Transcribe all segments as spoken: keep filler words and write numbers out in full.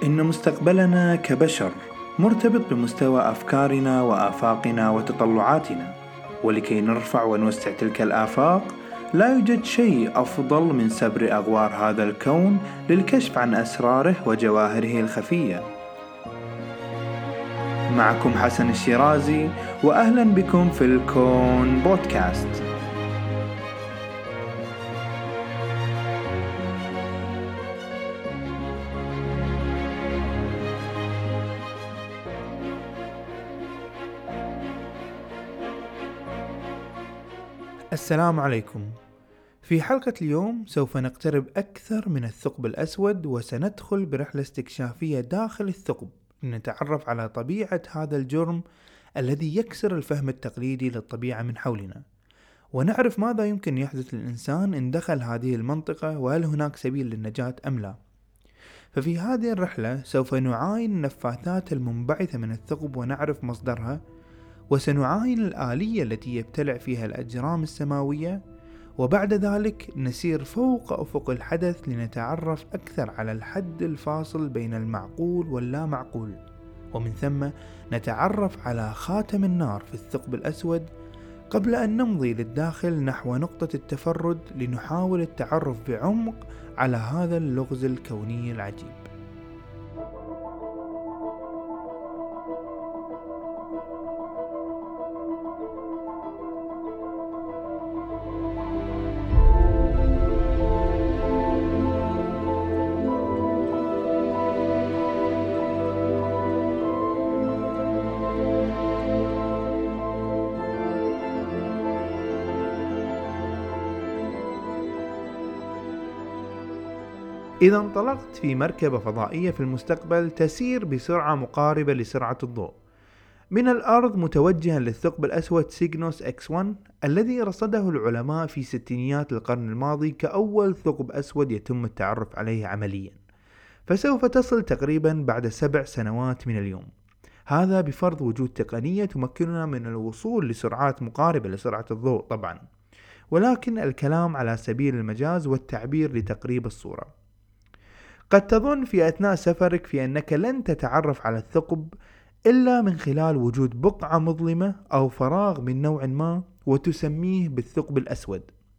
إن مستقبلنا كبشر مرتبط بمستوى أفكارنا وآفاقنا وتطلعاتنا، ولكي نرفع ونوسع تلك الآفاق لا يوجد شيء أفضل من سبر أغوار هذا الكون للكشف عن أسراره وجواهره الخفية. معكم حسن الشيرازي، وأهلا بكم في الكون بودكاست. السلام عليكم. في حلقة اليوم سوف نقترب أكثر من الثقب الأسود، وسندخل برحلة استكشافية داخل الثقب لنتعرف على طبيعة هذا الجرم الذي يكسر الفهم التقليدي للطبيعة من حولنا، ونعرف ماذا يمكن يحدث للإنسان إن دخل هذه المنطقة، وهل هناك سبيل للنجاة أم لا. ففي هذه الرحلة سوف نعاين النفاثات المنبعثة من الثقب ونعرف مصدرها، وسنعاين الآلية التي يبتلع فيها الأجرام السماوية، وبعد ذلك نسير فوق أفق الحدث لنتعرف أكثر على الحد الفاصل بين المعقول واللا معقول، ومن ثم نتعرف على خاتم النار في الثقب الأسود قبل أن نمضي للداخل نحو نقطة التفرد لنحاول التعرف بعمق على هذا اللغز الكوني العجيب. إذا انطلقت في مركبة فضائية في المستقبل تسير بسرعة مقاربة لسرعة الضوء من الأرض متوجها للثقب الأسود سيجنوس إكس واحد الذي رصده العلماء في ستينيات القرن الماضي كأول ثقب أسود يتم التعرف عليه عمليا، فسوف تصل تقريبا بعد سبع سنوات من اليوم، هذا بفرض وجود تقنية تمكننا من الوصول لسرعات مقاربة لسرعة الضوء طبعا، ولكن الكلام على سبيل المجاز والتعبير لتقريب الصورة. قد تظن في أثناء سفرك في أنك لن تتعرف على الثقب إلا من خلال وجود بقعة مظلمة أو فراغ من نوع ما وتسميه بالثقب الأسود،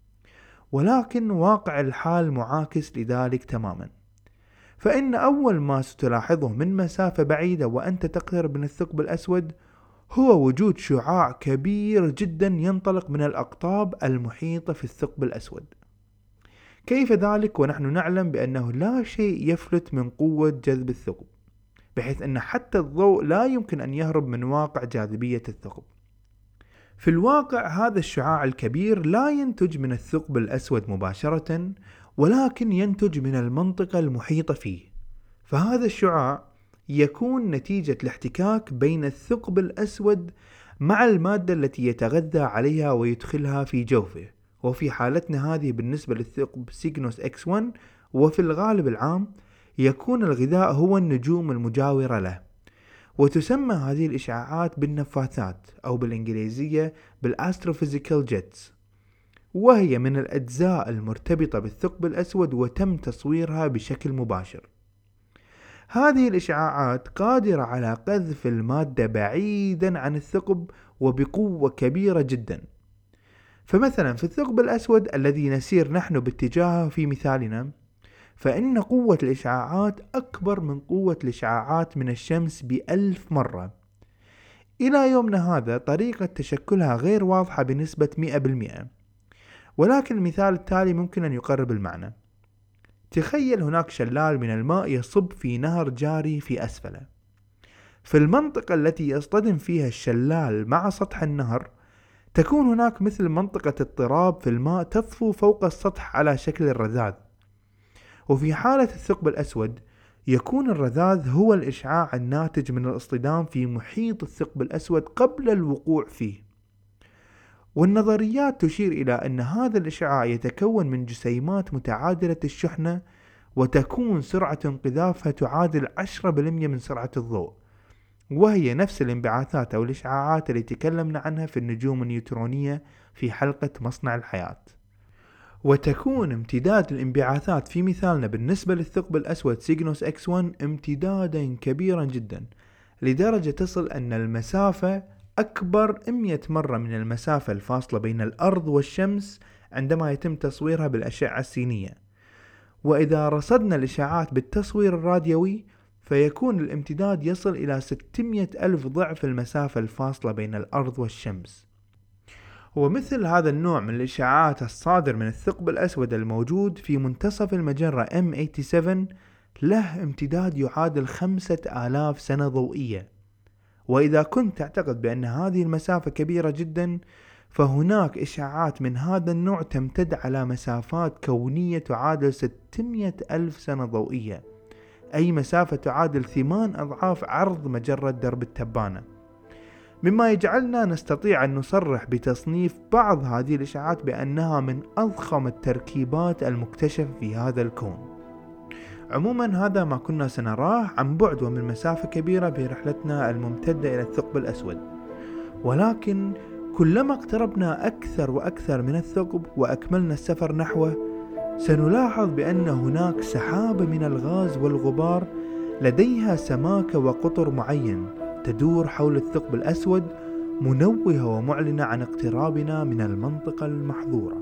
ولكن واقع الحال معاكس لذلك تماما، فإن أول ما ستلاحظه من مسافة بعيدة وأنت تقترب من الثقب الأسود هو وجود شعاع كبير جدا ينطلق من الأقطاب المحيطة في الثقب الأسود. كيف ذلك ونحن نعلم بأنه لا شيء يفلت من قوة جذب الثقب، بحيث أن حتى الضوء لا يمكن أن يهرب من واقع جاذبية الثقب. في الواقع هذا الشعاع الكبير لا ينتج من الثقب الأسود مباشرة، ولكن ينتج من المنطقة المحيطة فيه، فهذا الشعاع يكون نتيجة الاحتكاك بين الثقب الأسود مع المادة التي يتغذى عليها ويدخلها في جوفه، وفي حالتنا هذه بالنسبة للثقب سيجنوس إكس واحد، وفي الغالب العام يكون الغذاء هو النجوم المجاورة له، وتسمى هذه الإشعاعات بالنفاثات أو بالإنجليزية بالأستروفيزيكال جيتس، وهي من الأجزاء المرتبطة بالثقب الأسود وتم تصويرها بشكل مباشر. هذه الإشعاعات قادرة على قذف المادة بعيدا عن الثقب وبقوة كبيرة جدا، فمثلا في الثقب الأسود الذي نسير نحن باتجاهه في مثالنا، فإن قوة الإشعاعات أكبر من قوة الإشعاعات من الشمس بألف مرة. إلى يومنا هذا طريقة تشكلها غير واضحة بنسبة مئة بالمئة، ولكن المثال التالي ممكن أن يقرب المعنى. تخيل هناك شلال من الماء يصب في نهر جاري في أسفله، في المنطقة التي يصطدم فيها الشلال مع سطح النهر تكون هناك مثل منطقة اضطراب في الماء تطفو فوق السطح على شكل الرذاذ، وفي حالة الثقب الأسود يكون الرذاذ هو الإشعاع الناتج من الاصطدام في محيط الثقب الأسود قبل الوقوع فيه. والنظريات تشير إلى أن هذا الإشعاع يتكون من جسيمات متعادلة الشحنة، وتكون سرعة انقذافها تعادل عشرة بالمئة من سرعة الضوء، وهي نفس الانبعاثات أو الإشعاعات التي تكلمنا عنها في النجوم النيوترونية في حلقة مصنع الحياة. وتكون امتداد الانبعاثات في مثالنا بالنسبة للثقب الأسود سيجنوس إكس واحد امتدادا كبيرا جدا، لدرجة تصل أن المسافة أكبر مئة مرة من المسافة الفاصلة بين الأرض والشمس عندما يتم تصويرها بالأشعة السينية. وإذا رصدنا الإشعاعات بالتصوير الراديوي فيكون الامتداد يصل إلى ستمئة ألف ضعف المسافة الفاصلة بين الأرض والشمس. ومثل هذا النوع من الإشعاعات الصادر من الثقب الأسود الموجود في منتصف المجرة إم سبعة وثمانين له امتداد يعادل خمسة آلاف سنة ضوئية. وإذا كنت تعتقد بأن هذه المسافة كبيرة جدا، فهناك إشعاعات من هذا النوع تمتد على مسافات كونية تعادل ستمئة ألف سنة ضوئية، أي مسافة تعادل ثمان أضعاف عرض مجرة درب التبانة، مما يجعلنا نستطيع أن نصرح بتصنيف بعض هذه الإشعاعات بأنها من أضخم التركيبات المكتشفة في هذا الكون. عموما هذا ما كنا سنراه عن بعد ومن مسافة كبيرة برحلتنا الممتدة إلى الثقب الأسود. ولكن كلما اقتربنا أكثر وأكثر من الثقب وأكملنا السفر نحوه، سنلاحظ بأن هناك سحابة من الغاز والغبار لديها سماكة وقطر معين تدور حول الثقب الأسود، منوهة ومعلنة عن اقترابنا من المنطقة المحظورة.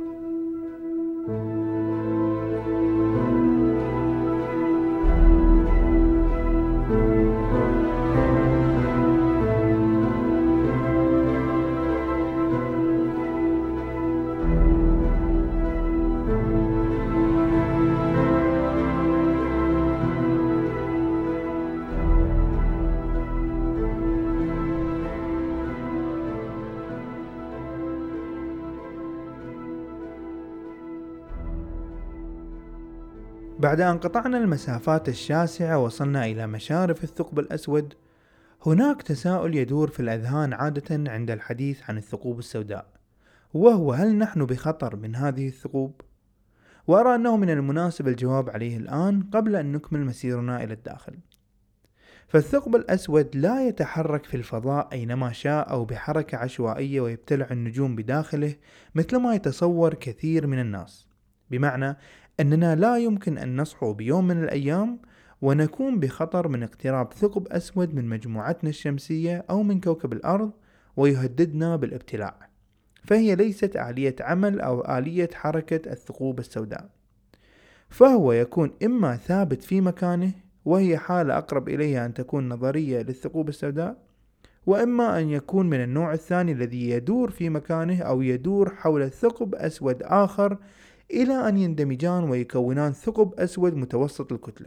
بعد أن قطعنا المسافات الشاسعة وصلنا إلى مشارف الثقب الأسود، هناك تساؤل يدور في الأذهان عادة عند الحديث عن الثقوب السوداء، وهو هل نحن بخطر من هذه الثقوب؟ وأرى أنه من المناسب الجواب عليه الآن قبل أن نكمل مسيرنا إلى الداخل. فالثقب الأسود لا يتحرك في الفضاء أينما شاء أو بحركة عشوائية ويبتلع النجوم بداخله مثل ما يتصور كثير من الناس، بمعنى أننا لا يمكن أن نصحو بيوم من الأيام ونكون بخطر من اقتراب ثقب أسود من مجموعتنا الشمسية أو من كوكب الأرض ويهددنا بالابتلاع. فهي ليست آلية عمل أو آلية حركة الثقوب السوداء، فهو يكون إما ثابت في مكانه، وهي حالة أقرب إليها أن تكون نظرية للثقوب السوداء، وإما أن يكون من النوع الثاني الذي يدور في مكانه أو يدور حول ثقب أسود آخر إلى أن يندمجان ويكونان ثقب أسود متوسط الكتلة.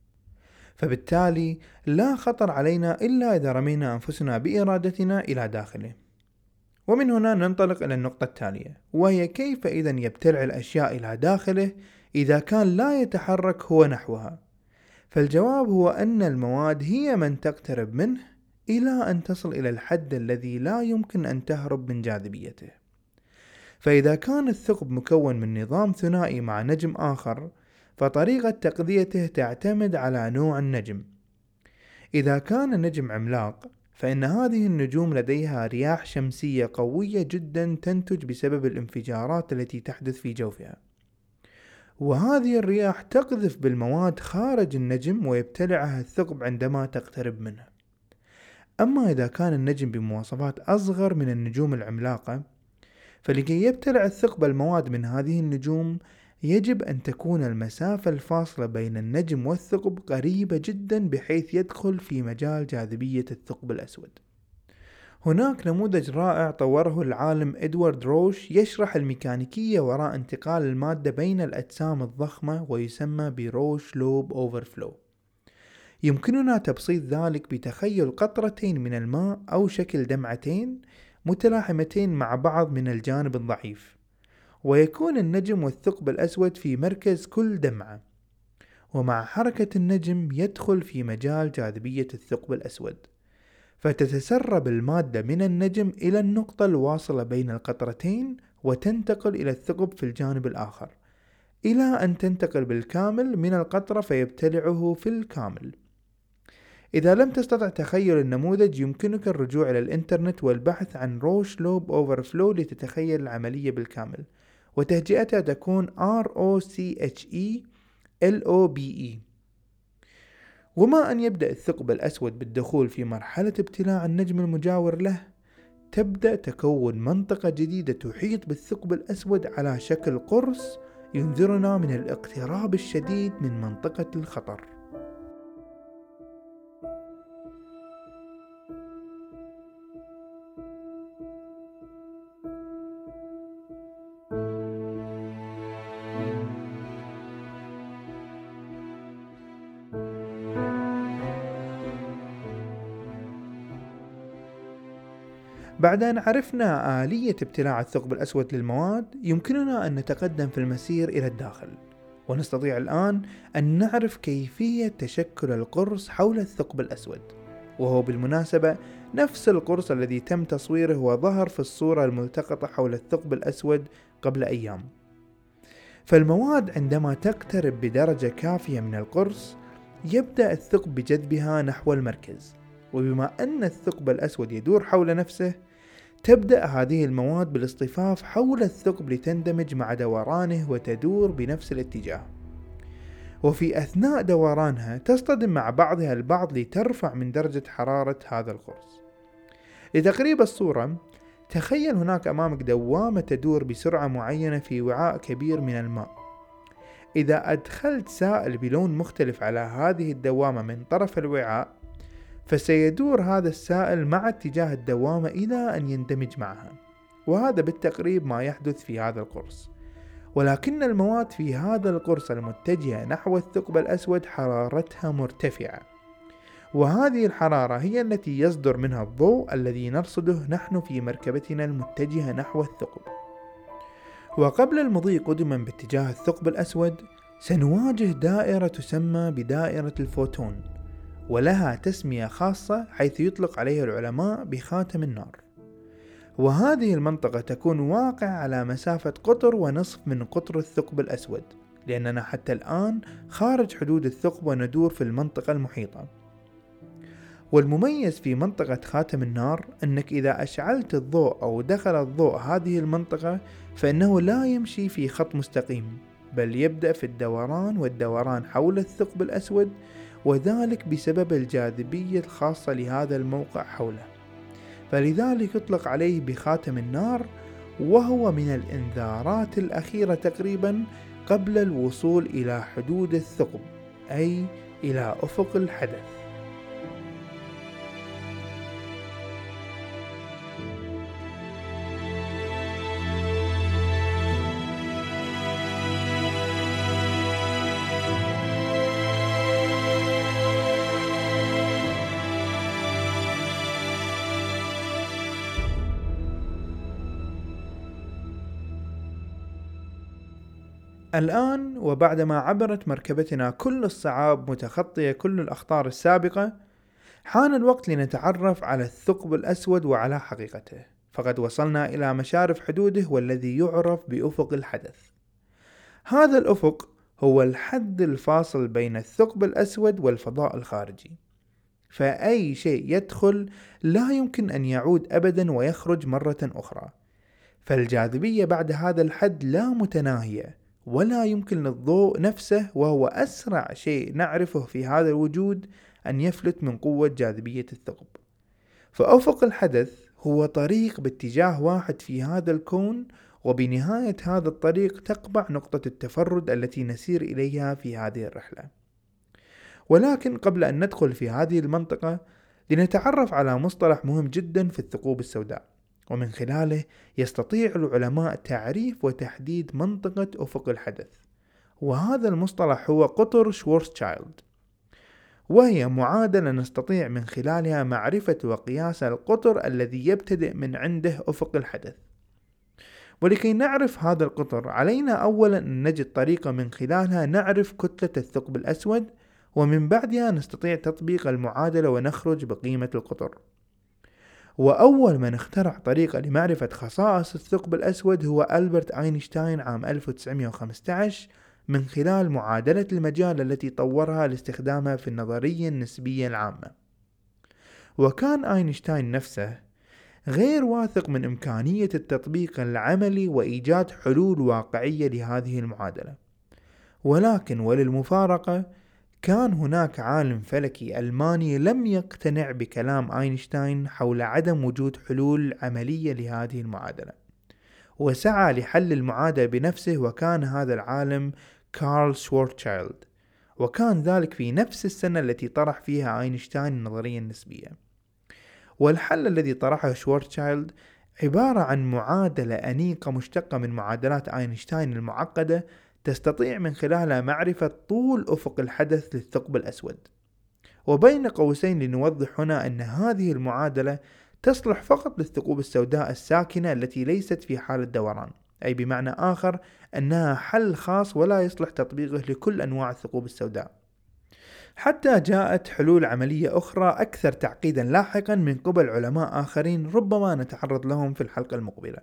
فبالتالي لا خطر علينا إلا إذا رمينا أنفسنا بإرادتنا إلى داخله. ومن هنا ننطلق إلى النقطة التالية، وهي كيف إذا يبتلع الأشياء إلى داخله إذا كان لا يتحرك هو نحوها؟ فالجواب هو أن المواد هي من تقترب منه إلى أن تصل إلى الحد الذي لا يمكن أن تهرب من جاذبيته. فإذا كان الثقب مكون من نظام ثنائي مع نجم آخر، فطريقة تقضيته تعتمد على نوع النجم. إذا كان النجم عملاق، فإن هذه النجوم لديها رياح شمسية قوية جدا تنتج بسبب الانفجارات التي تحدث في جوفها، وهذه الرياح تقذف بالمواد خارج النجم ويبتلعها الثقب عندما تقترب منه. أما إذا كان النجم بمواصفات أصغر من النجوم العملاقة، فلكي يبتلع الثقب المواد من هذه النجوم يجب أن تكون المسافة الفاصلة بين النجم والثقب قريبة جدا بحيث يدخل في مجال جاذبية الثقب الأسود. هناك نموذج رائع طوره العالم إدوارد روش يشرح الميكانيكية وراء انتقال المادة بين الأجسام الضخمة، ويسمى بروش لوب أوفرفلو. يمكننا تبسيط ذلك بتخيل قطرتين من الماء أو شكل دمعتين متلاحمتين مع بعض من الجانب الضعيف، ويكون النجم والثقب الأسود في مركز كل دمعة، ومع حركة النجم يدخل في مجال جاذبية الثقب الأسود، فتتسرب المادة من النجم إلى النقطة الواصلة بين القطرتين وتنتقل إلى الثقب في الجانب الآخر، إلى أن تنتقل بالكامل من القطرة فيبتلعه في الكامل. إذا لم تستطع تخيل النموذج، يمكنك الرجوع إلى الإنترنت والبحث عن روش لوب أوفرفلو لتتخيل العملية بالكامل، وتهجئتها تكون آر أو سي إتش إي إل أو بي إي. وما أن يبدأ الثقب الأسود بالدخول في مرحلة ابتلاع النجم المجاور له، تبدأ تكون منطقة جديدة تحيط بالثقب الأسود على شكل قرص ينذرنا من الاقتراب الشديد من منطقة الخطر. بعد أن عرفنا آلية ابتلاع الثقب الأسود للمواد، يمكننا أن نتقدم في المسير إلى الداخل، ونستطيع الآن أن نعرف كيفية تشكل القرص حول الثقب الأسود، وهو بالمناسبة نفس القرص الذي تم تصويره وظهر في الصورة الملتقطة حول الثقب الأسود قبل أيام. فالمواد عندما تقترب بدرجة كافية من القرص، يبدأ الثقب بجذبها نحو المركز، وبما أن الثقب الأسود يدور حول نفسه، تبدأ هذه المواد بالاصطفاف حول الثقب لتندمج مع دورانه وتدور بنفس الاتجاه، وفي أثناء دورانها تصطدم مع بعضها البعض لترفع من درجة حرارة هذا القرص. لتقريب الصورة، تخيل هناك أمامك دوامة تدور بسرعة معينة في وعاء كبير من الماء. إذا أدخلت سائل بلون مختلف على هذه الدوامة من طرف الوعاء، فسيدور هذا السائل مع اتجاه الدوامة إلى أن يندمج معها، وهذا بالتقريب ما يحدث في هذا القرص. ولكن المواد في هذا القرص المتجهة نحو الثقب الأسود حرارتها مرتفعة، وهذه الحرارة هي التي يصدر منها الضوء الذي نرصده نحن في مركبتنا المتجهة نحو الثقب. وقبل المضي قدما باتجاه الثقب الأسود، سنواجه دائرة تسمى بدائرة الفوتون، ولها تسمية خاصة حيث يطلق عليها العلماء بخاتم النار. وهذه المنطقة تكون واقعة على مسافة قطر ونصف من قطر الثقب الأسود، لأننا حتى الآن خارج حدود الثقب وندور في المنطقة المحيطة. والمميز في منطقة خاتم النار أنك إذا أشعلت الضوء أو دخل الضوء هذه المنطقة، فإنه لا يمشي في خط مستقيم، بل يبدأ في الدوران والدوران حول الثقب الأسود، وذلك بسبب الجاذبية الخاصة لهذا الموقع حوله، فلذلك يطلق عليه بخاتم النار، وهو من الإنذارات الأخيرة تقريبا قبل الوصول إلى حدود الثقب، أي إلى أفق الحدث. الآن وبعدما عبرت مركبتنا كل الصعاب متخطية كل الأخطار السابقة، حان الوقت لنتعرف على الثقب الأسود وعلى حقيقته، فقد وصلنا إلى مشارف حدوده والذي يعرف بأفق الحدث. هذا الأفق هو الحد الفاصل بين الثقب الأسود والفضاء الخارجي، فأي شيء يدخل لا يمكن أن يعود أبدا ويخرج مرة أخرى، فالجاذبية بعد هذا الحد لا متناهية، ولا يمكن للضوء نفسه وهو أسرع شيء نعرفه في هذا الوجود أن يفلت من قوة جاذبية الثقب. فأفق الحدث هو طريق باتجاه واحد في هذا الكون، وبنهاية هذا الطريق تقبع نقطة التفرد التي نسير إليها في هذه الرحلة. ولكن قبل أن ندخل في هذه المنطقة، لنتعرف على مصطلح مهم جدا في الثقوب السوداء، ومن خلاله يستطيع العلماء تعريف وتحديد منطقة أفق الحدث، وهذا المصطلح هو قطر شوارزشايلد، وهي معادلة نستطيع من خلالها معرفة وقياس القطر الذي يبتدئ من عنده أفق الحدث. ولكي نعرف هذا القطر، علينا أولا أن نجد طريقة من خلالها نعرف كتلة الثقب الأسود، ومن بعدها نستطيع تطبيق المعادلة ونخرج بقيمة القطر. وأول من اخترع طريقة لمعرفة خصائص الثقب الأسود هو ألبرت أينشتاين عام ألف وتسعمائة وخمسة عشر، من خلال معادلة المجال التي طورها لاستخدامها في النظرية النسبية العامة. وكان أينشتاين نفسه غير واثق من إمكانية التطبيق العملي وإيجاد حلول واقعية لهذه المعادلة. ولكن وللمفارقة، كان هناك عالم فلكي ألماني لم يقتنع بكلام أينشتاين حول عدم وجود حلول عملية لهذه المعادلة، وسعى لحل المعادلة بنفسه، وكان هذا العالم كارل شوارتشايلد، وكان ذلك في نفس السنة التي طرح فيها أينشتاين النظرية النسبية. والحل الذي طرحه شوارتشايلد عبارة عن معادلة أنيقة مشتقة من معادلات أينشتاين المعقدة، تستطيع من خلالها معرفة طول أفق الحدث للثقب الأسود. وبين قوسين لنوضح هنا أن هذه المعادلة تصلح فقط للثقوب السوداء الساكنة التي ليست في حالة دوران، أي بمعنى آخر أنها حل خاص ولا يصلح تطبيقه لكل أنواع الثقوب السوداء. حتى جاءت حلول عملية أخرى أكثر تعقيدا لاحقا من قبل علماء آخرين ربما نتعرض لهم في الحلقة المقبلة.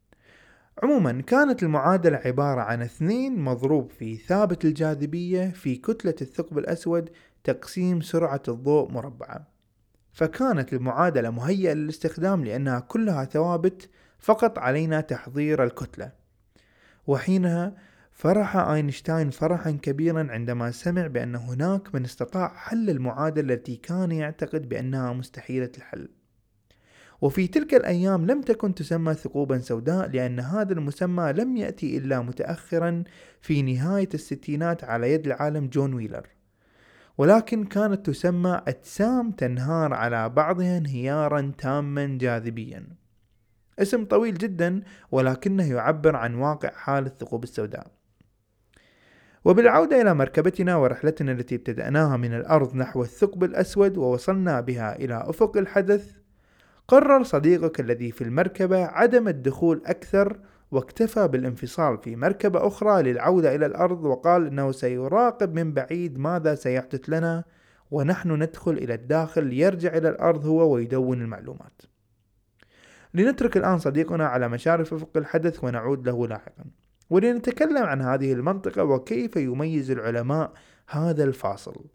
عموما، كانت المعادلة عبارة عن اثنين مضروب في ثابت الجاذبية في كتلة الثقب الأسود تقسيم سرعة الضوء مربعة. فكانت المعادلة مهيئة للاستخدام لأنها كلها ثوابت، فقط علينا تحضير الكتلة. وحينها فرح أينشتاين فرحا كبيرا عندما سمع بأن هناك من استطاع حل المعادلة التي كان يعتقد بأنها مستحيلة الحل. وفي تلك الأيام لم تكن تسمى ثقوبا سوداء، لأن هذا المسمى لم يأتي إلا متأخرا في نهاية الستينات على يد العالم جون ويلر، ولكن كانت تسمى أجسام تنهار على بعضها انهيارا تاما جاذبيا. اسم طويل جدا، ولكنه يعبر عن واقع حال الثقوب السوداء. وبالعودة إلى مركبتنا ورحلتنا التي ابتدأناها من الأرض نحو الثقب الأسود ووصلنا بها إلى أفق الحدث، قرر صديقك الذي في المركبة عدم الدخول أكثر، واكتفى بالانفصال في مركبة أخرى للعودة إلى الأرض، وقال أنه سيراقب من بعيد ماذا سيحدث لنا، ونحن ندخل إلى الداخل ليرجع إلى الأرض هو ويدون المعلومات. لنترك الآن صديقنا على مشارف أفق الحدث ونعود له لاحقا، ولنتكلم عن هذه المنطقة وكيف يميز العلماء هذا الفاصل.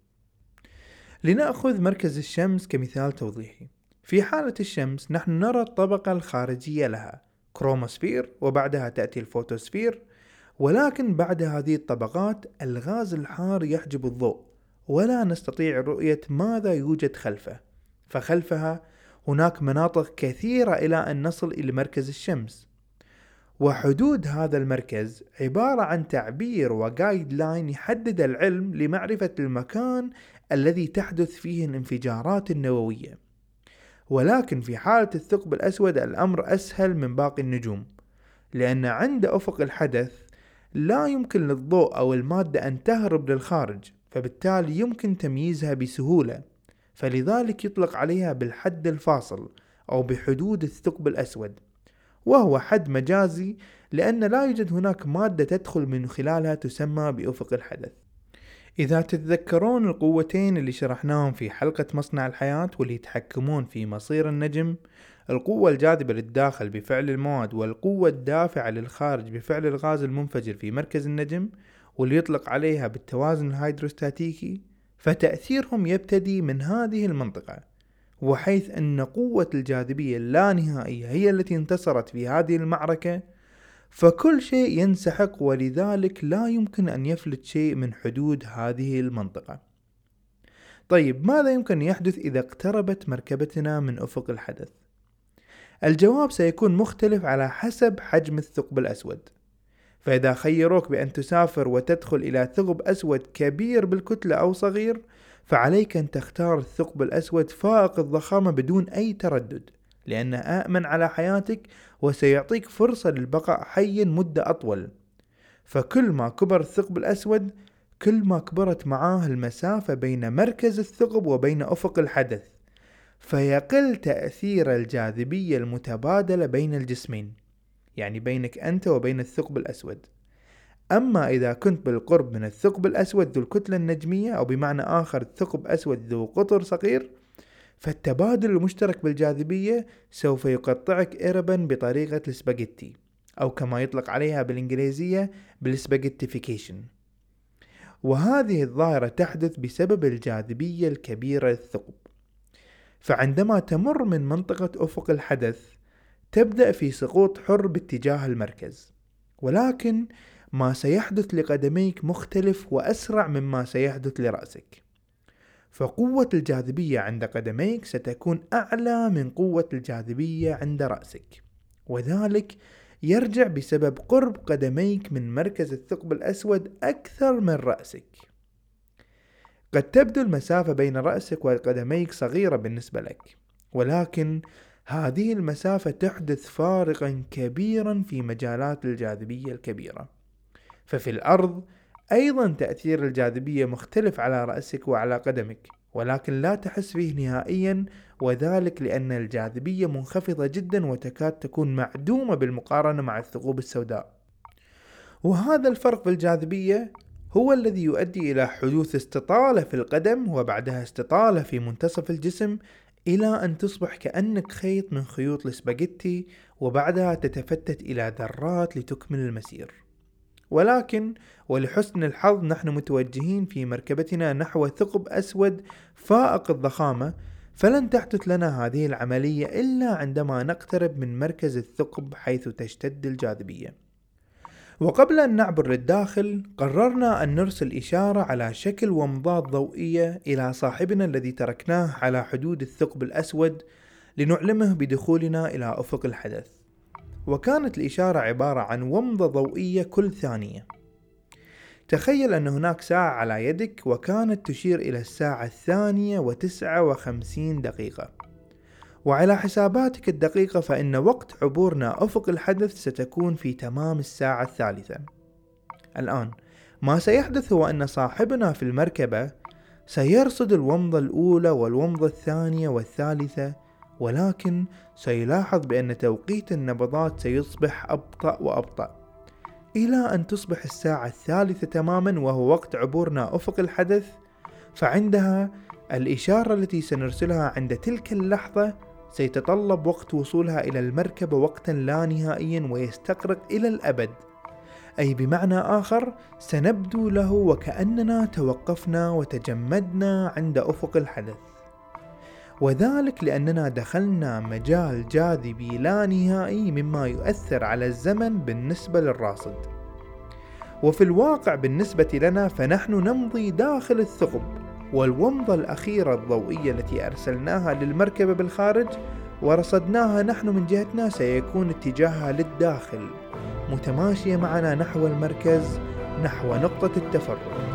لنأخذ مركز الشمس كمثال توضيحي. في حالة الشمس نحن نرى الطبقة الخارجية لها كروموسفير، وبعدها تأتي الفوتوسفير، ولكن بعد هذه الطبقات الغاز الحار يحجب الضوء، ولا نستطيع رؤية ماذا يوجد خلفه. فخلفها هناك مناطق كثيرة إلى أن نصل إلى مركز الشمس، وحدود هذا المركز عبارة عن تعبير وجايد لاين يحدد العلم لمعرفة المكان الذي تحدث فيه الانفجارات النووية. ولكن في حالة الثقب الأسود الأمر أسهل من باقي النجوم، لأن عند أفق الحدث لا يمكن للضوء أو المادة أن تهرب للخارج، فبالتالي يمكن تمييزها بسهولة، فلذلك يطلق عليها بالحد الفاصل أو بحدود الثقب الأسود، وهو حد مجازي لأن لا يوجد هناك مادة تدخل من خلالها تسمى بأفق الحدث. إذا تتذكرون القوتين اللي شرحناهم في حلقة مصنع الحياة واللي يتحكمون في مصير النجم، القوة الجاذبة للداخل بفعل المواد، والقوة الدافعة للخارج بفعل الغاز المنفجر في مركز النجم، واللي يطلق عليها بالتوازن الهيدروستاتيكي، فتأثيرهم يبتدي من هذه المنطقة، وحيث أن قوة الجاذبية اللانهائية هي التي انتصرت في هذه المعركة، فكل شيء ينسحق، ولذلك لا يمكن أن يفلت شيء من حدود هذه المنطقة. طيب، ماذا يمكن يحدث إذا اقتربت مركبتنا من أفق الحدث؟ الجواب سيكون مختلف على حسب حجم الثقب الأسود. فإذا خيروك بأن تسافر وتدخل إلى ثقب أسود كبير بالكتلة أو صغير، فعليك أن تختار الثقب الأسود فائق الضخامة بدون أي تردد، لأنه آمن على حياتك وسيعطيك فرصة للبقاء حيا مدة أطول. فكل ما كبر الثقب الأسود كل ما كبرت معاه المسافة بين مركز الثقب وبين أفق الحدث، فيقل تأثير الجاذبية المتبادلة بين الجسمين، يعني بينك أنت وبين الثقب الأسود. أما إذا كنت بالقرب من الثقب الأسود ذو الكتلة النجمية، أو بمعنى آخر ثقب أسود ذو قطر صغير، فالتبادل المشترك بالجاذبية سوف يقطعك إربا بطريقة السباجيتي، أو كما يطلق عليها بالإنجليزية بالسباجيتيفيكيشن. وهذه الظاهرة تحدث بسبب الجاذبية الكبيرة للثقب. فعندما تمر من منطقة أفق الحدث تبدأ في سقوط حر باتجاه المركز، ولكن ما سيحدث لقدميك مختلف وأسرع مما سيحدث لرأسك. فقوة الجاذبية عند قدميك ستكون أعلى من قوة الجاذبية عند رأسك، وذلك يرجع بسبب قرب قدميك من مركز الثقب الأسود أكثر من رأسك. قد تبدو المسافة بين رأسك وقدميك صغيرة بالنسبة لك، ولكن هذه المسافة تحدث فارقا كبيرا في مجالات الجاذبية الكبيرة. ففي الأرض أيضا تأثير الجاذبية مختلف على رأسك وعلى قدمك، ولكن لا تحس فيه نهائيا، وذلك لأن الجاذبية منخفضة جدا وتكاد تكون معدومة بالمقارنة مع الثقوب السوداء. وهذا الفرق في الجاذبية هو الذي يؤدي إلى حدوث استطالة في القدم، وبعدها استطالة في منتصف الجسم، إلى أن تصبح كأنك خيط من خيوط السباجيتي، وبعدها تتفتت إلى ذرات لتكمل المسير. ولكن ولحسن الحظ نحن متوجهين في مركبتنا نحو ثقب أسود فائق الضخامة، فلن تحدث لنا هذه العملية إلا عندما نقترب من مركز الثقب حيث تشتد الجاذبية. وقبل أن نعبر للداخل قررنا أن نرسل إشارة على شكل ومضات ضوئية إلى صاحبنا الذي تركناه على حدود الثقب الأسود لنعلمه بدخولنا إلى أفق الحدث. وكانت الإشارة عبارة عن ومضة ضوئية كل ثانية. تخيل أن هناك ساعة على يدك، وكانت تشير إلى الساعة الثانية وتسعة وخمسين دقيقة، وعلى حساباتك الدقيقة فإن وقت عبورنا أفق الحدث ستكون في تمام الساعة الثالثة. الآن ما سيحدث هو أن صاحبنا في المركبة سيرصد الومضة الأولى والومضة الثانية والثالثة، ولكن سيلاحظ بأن توقيت النبضات سيصبح أبطأ وأبطأ إلى أن تصبح الساعة الثالثة تماما، وهو وقت عبورنا أفق الحدث. فعندها الإشارة التي سنرسلها عند تلك اللحظة سيتطلب وقت وصولها إلى المركبة وقتا لا نهائيا ويستغرق إلى الأبد، أي بمعنى آخر سنبدو له وكأننا توقفنا وتجمدنا عند أفق الحدث، وذلك لأننا دخلنا مجال جاذبي لا نهائي مما يؤثر على الزمن بالنسبة للراصد. وفي الواقع بالنسبة لنا فنحن نمضي داخل الثقب، والومضة الأخيرة الضوئية التي أرسلناها للمركبة بالخارج ورصدناها نحن من جهتنا سيكون اتجاهها للداخل، متماشية معنا نحو المركز، نحو نقطة التفرق.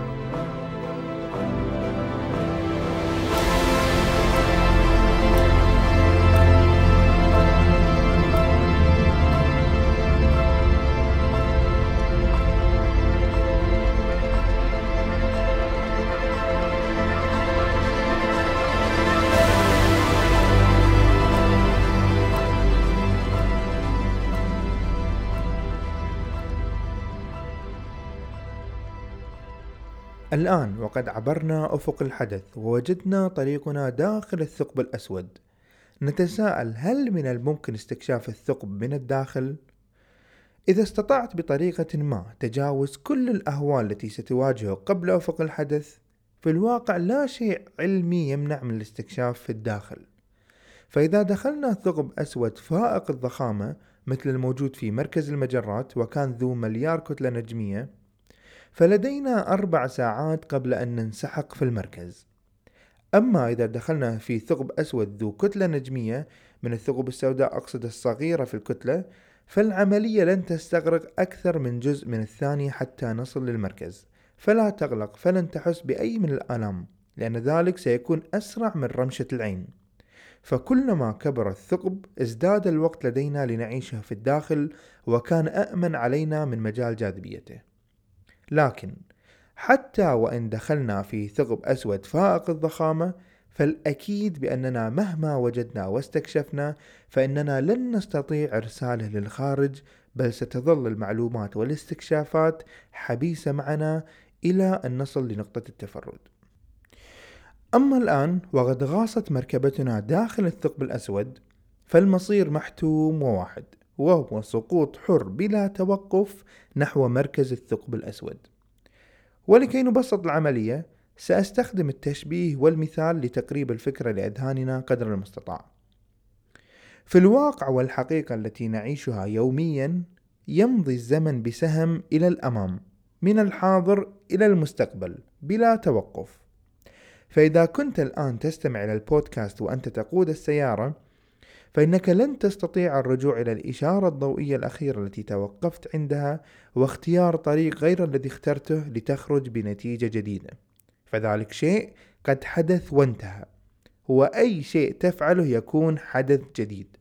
الآن وقد عبرنا أفق الحدث ووجدنا طريقنا داخل الثقب الأسود، نتساءل: هل من الممكن استكشاف الثقب من الداخل؟ إذا استطعت بطريقة ما تجاوز كل الأهوال التي ستواجهك قبل أفق الحدث، في الواقع لا شيء علمي يمنع من الاستكشاف في الداخل. فإذا دخلنا ثقب أسود فائق الضخامة مثل الموجود في مركز المجرات وكان ذو مليار كتلة نجمية، فلدينا أربع ساعات قبل أن ننسحق في المركز. أما إذا دخلنا في ثقب أسود ذو كتلة نجمية من الثقوب السوداء، أقصد الصغيرة في الكتلة، فالعملية لن تستغرق أكثر من جزء من الثانية حتى نصل للمركز. فلا تقلق، فلن تحس بأي من الآلام، لأن ذلك سيكون أسرع من رمشة العين. فكلما كبر الثقب ازداد الوقت لدينا لنعيشه في الداخل، وكان أأمن علينا من مجال جاذبيته. لكن حتى وإن دخلنا في ثقب أسود فائق الضخامة، فالأكيد بأننا مهما وجدنا واستكشفنا فإننا لن نستطيع إرساله للخارج، بل ستظل المعلومات والاستكشافات حبيسة معنا إلى أن نصل لنقطة التفرد. أما الآن وقد غاصت مركبتنا داخل الثقب الأسود، فالمصير محتوم وواحد، وهو سقوط حر بلا توقف نحو مركز الثقب الأسود. ولكي نبسط العملية سأستخدم التشبيه والمثال لتقريب الفكرة لأذهاننا قدر المستطاع. في الواقع والحقيقة التي نعيشها يوميا، يمضي الزمن بسهم إلى الأمام من الحاضر إلى المستقبل بلا توقف. فإذا كنت الآن تستمع إلى البودكاست وأنت تقود السيارة، فإنك لن تستطيع الرجوع إلى الإشارة الضوئية الأخيرة التي توقفت عندها واختيار طريق غير الذي اخترته لتخرج بنتيجة جديدة، فذلك شيء قد حدث وانتهى. هو أي شيء تفعله يكون حدث جديد،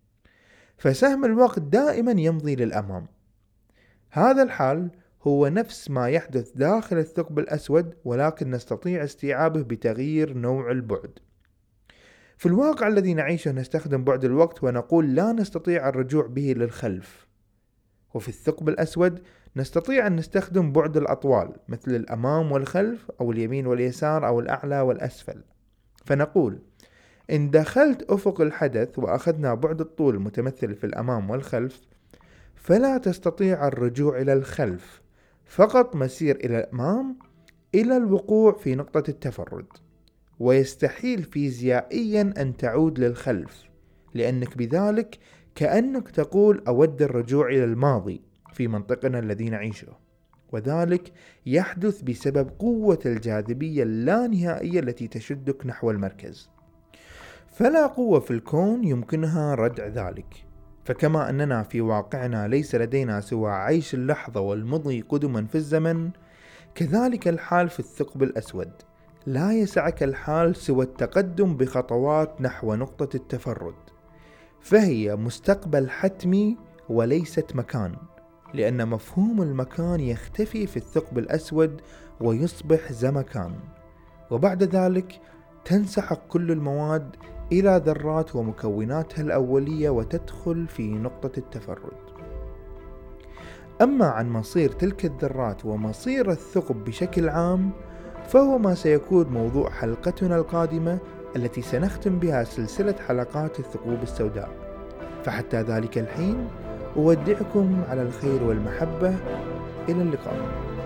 فسهم الوقت دائما يمضي للأمام. هذا الحال هو نفس ما يحدث داخل الثقب الأسود، ولكن نستطيع استيعابه بتغيير نوع البعد. في الواقع الذي نعيشه نستخدم بعد الوقت ونقول لا نستطيع الرجوع به للخلف، وفي الثقب الأسود نستطيع أن نستخدم بعد الأطوال مثل الأمام والخلف أو اليمين واليسار أو الأعلى والأسفل. فنقول إن دخلت أفق الحدث وأخذنا بعد الطول المتمثل في الأمام والخلف، فلا تستطيع الرجوع إلى الخلف، فقط مسير إلى الأمام إلى الوقوع في نقطة التفرد. ويستحيل فيزيائيا أن تعود للخلف، لأنك بذلك كأنك تقول أود الرجوع إلى الماضي في منطقنا الذي نعيشه، وذلك يحدث بسبب قوة الجاذبية اللانهائية التي تشدك نحو المركز. فلا قوة في الكون يمكنها ردع ذلك. فكما أننا في واقعنا ليس لدينا سوى عيش اللحظة والمضي قدما في الزمن، كذلك الحال في الثقب الأسود. لا يسعك الحال سوى التقدم بخطوات نحو نقطة التفرد، فهي مستقبل حتمي وليست مكان، لأن مفهوم المكان يختفي في الثقب الأسود ويصبح زمكان، وبعد ذلك تنسحق كل المواد إلى ذرات ومكوناتها الأولية وتدخل في نقطة التفرد. أما عن مصير تلك الذرات ومصير الثقب بشكل عام، فهو ما سيكون موضوع حلقتنا القادمة التي سنختم بها سلسلة حلقات الثقوب السوداء. فحتى ذلك الحين أودعكم على الخير والمحبة، إلى اللقاء.